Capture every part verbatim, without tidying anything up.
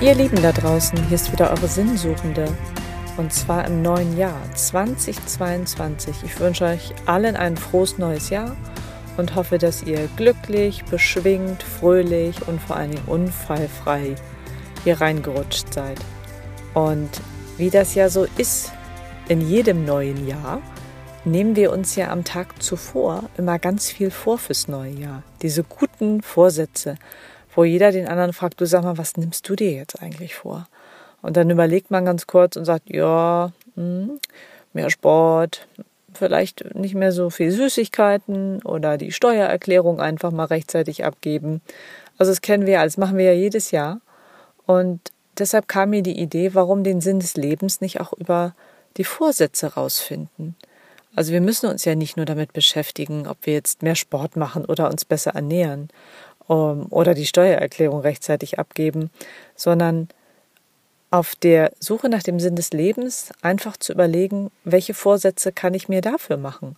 Ihr Lieben da draußen, hier ist wieder eure Sinnsuchende und zwar im neuen Jahr zweitausendzweiundzwanzig. Ich wünsche euch allen ein frohes neues Jahr und hoffe, dass ihr glücklich, beschwingt, fröhlich und vor allen Dingen unfallfrei hier reingerutscht seid. Und wie das ja so ist in jedem neuen Jahr, nehmen wir uns ja am Tag zuvor immer ganz viel vor fürs neue Jahr. Diese guten Vorsätze, wo jeder den anderen fragt, du sag mal, was nimmst du dir jetzt eigentlich vor? Und dann überlegt man ganz kurz und sagt, ja, hm, mehr Sport, vielleicht nicht mehr so viel Süßigkeiten oder die Steuererklärung einfach mal rechtzeitig abgeben. Also das kennen wir, das machen wir ja jedes Jahr. Und deshalb kam mir die Idee, warum den Sinn des Lebens nicht auch über die Vorsätze rausfinden. Also wir müssen uns ja nicht nur damit beschäftigen, ob wir jetzt mehr Sport machen oder uns besser ernähren um, oder die Steuererklärung rechtzeitig abgeben, sondern auf der Suche nach dem Sinn des Lebens einfach zu überlegen, welche Vorsätze kann ich mir dafür machen.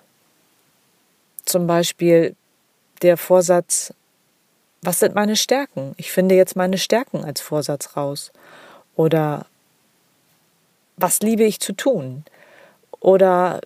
Zum Beispiel der Vorsatz, was sind meine Stärken? Ich finde jetzt meine Stärken als Vorsatz raus. Oder was liebe ich zu tun? Oder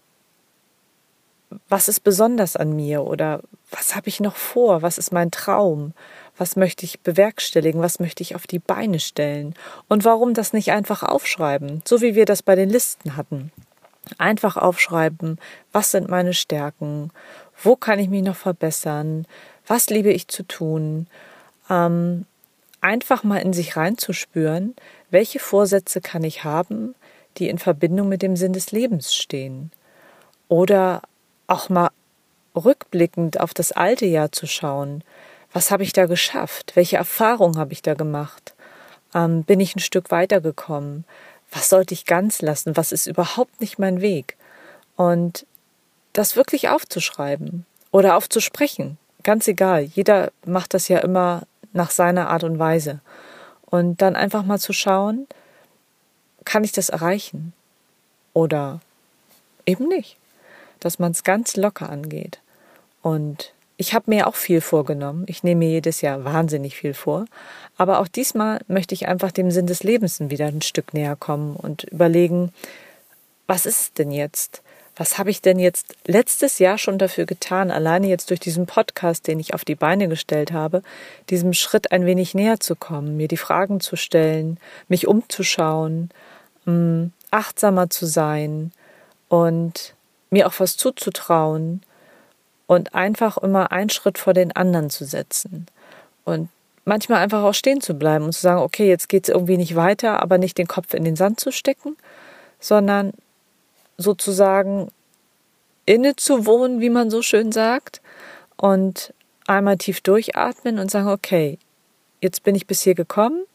was ist besonders an mir? Oder was habe ich noch vor? Was ist mein Traum? Was möchte ich bewerkstelligen? Was möchte ich auf die Beine stellen? Und warum das nicht einfach aufschreiben, so wie wir das bei den Listen hatten? Einfach aufschreiben, was sind meine Stärken? Wo kann ich mich noch verbessern? Was liebe ich zu tun? Ähm, einfach mal in sich reinzuspüren, welche Vorsätze kann ich haben, die in Verbindung mit dem Sinn des Lebens stehen. Oder auch mal rückblickend auf das alte Jahr zu schauen. Was habe ich da geschafft? Welche Erfahrungen habe ich da gemacht? Ähm, bin ich ein Stück weitergekommen? Was sollte ich ganz lassen? Was ist überhaupt nicht mein Weg? Und das wirklich aufzuschreiben oder aufzusprechen. Ganz egal. Jeder macht das ja immer nach seiner Art und Weise. Und dann einfach mal zu schauen, kann ich das erreichen? Oder eben nicht. Dass man es ganz locker angeht. Und ich habe mir auch viel vorgenommen. Ich nehme mir jedes Jahr wahnsinnig viel vor. Aber auch diesmal möchte ich einfach dem Sinn des Lebens wieder ein Stück näher kommen und überlegen, was ist es denn jetzt? Was habe ich denn jetzt letztes Jahr schon dafür getan, alleine jetzt durch diesen Podcast, den ich auf die Beine gestellt habe, diesem Schritt ein wenig näher zu kommen, mir die Fragen zu stellen, mich umzuschauen, achtsamer zu sein und mir auch was zuzutrauen und einfach immer einen Schritt vor den anderen zu setzen und manchmal einfach auch stehen zu bleiben und zu sagen, okay, jetzt geht es irgendwie nicht weiter, aber nicht den Kopf in den Sand zu stecken, sondern sozusagen inne zu wohnen, wie man so schön sagt, und einmal tief durchatmen und sagen, okay, jetzt bin ich bis hier gekommen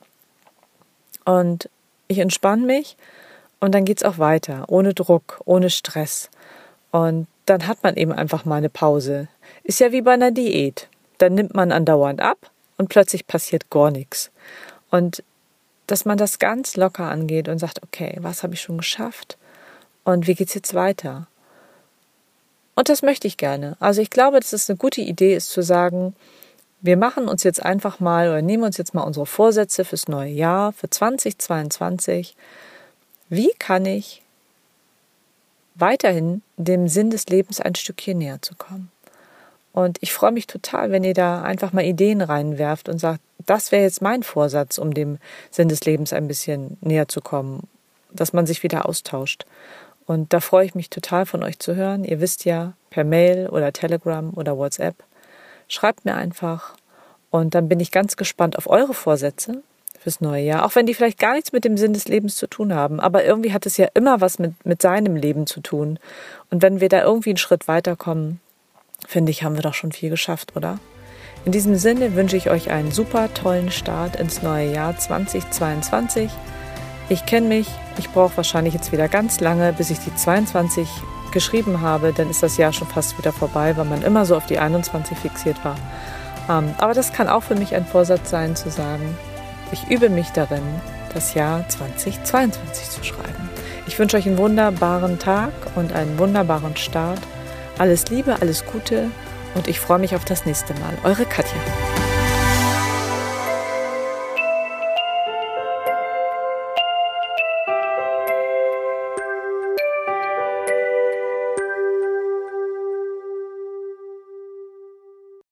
und ich entspanne mich und dann geht's auch weiter, ohne Druck, ohne Stress. Und dann hat man eben einfach mal eine Pause. Ist ja wie bei einer Diät. Dann nimmt man andauernd ab und plötzlich passiert gar nichts. Und dass man das ganz locker angeht und sagt, okay, was habe ich schon geschafft? Und wie geht's jetzt weiter? Und das möchte ich gerne. Also ich glaube, dass es eine gute Idee ist zu sagen, wir machen uns jetzt einfach mal oder nehmen uns jetzt mal unsere Vorsätze fürs neue Jahr, für zweitausendzweiundzwanzig. Wie kann ich weiterhin dem Sinn des Lebens ein Stückchen näher zu kommen? Und ich freue mich total, wenn ihr da einfach mal Ideen reinwerft und sagt, das wäre jetzt mein Vorsatz, um dem Sinn des Lebens ein bisschen näher zu kommen, dass man sich wieder austauscht. Und da freue ich mich total von euch zu hören. Ihr wisst ja, per Mail oder Telegram oder WhatsApp. Schreibt mir einfach und dann bin ich ganz gespannt auf eure Vorsätze fürs neue Jahr, auch wenn die vielleicht gar nichts mit dem Sinn des Lebens zu tun haben, aber irgendwie hat es ja immer was mit, mit seinem Leben zu tun. Und wenn wir da irgendwie einen Schritt weiterkommen, finde ich, haben wir doch schon viel geschafft, oder? In diesem Sinne wünsche ich euch einen super tollen Start ins neue Jahr zweitausendzweiundzwanzig. Ich kenne mich, ich brauche wahrscheinlich jetzt wieder ganz lange, bis ich die zweiundzwanzig geschrieben habe, dann ist das Jahr schon fast wieder vorbei, weil man immer so auf die einundzwanzig fixiert war. Ähm, aber das kann auch für mich ein Vorsatz sein, zu sagen, ich übe mich darin, das Jahr zweitausendzweiundzwanzig zu schreiben. Ich wünsche euch einen wunderbaren Tag und einen wunderbaren Start. Alles Liebe, alles Gute und ich freue mich auf das nächste Mal. Eure Katja.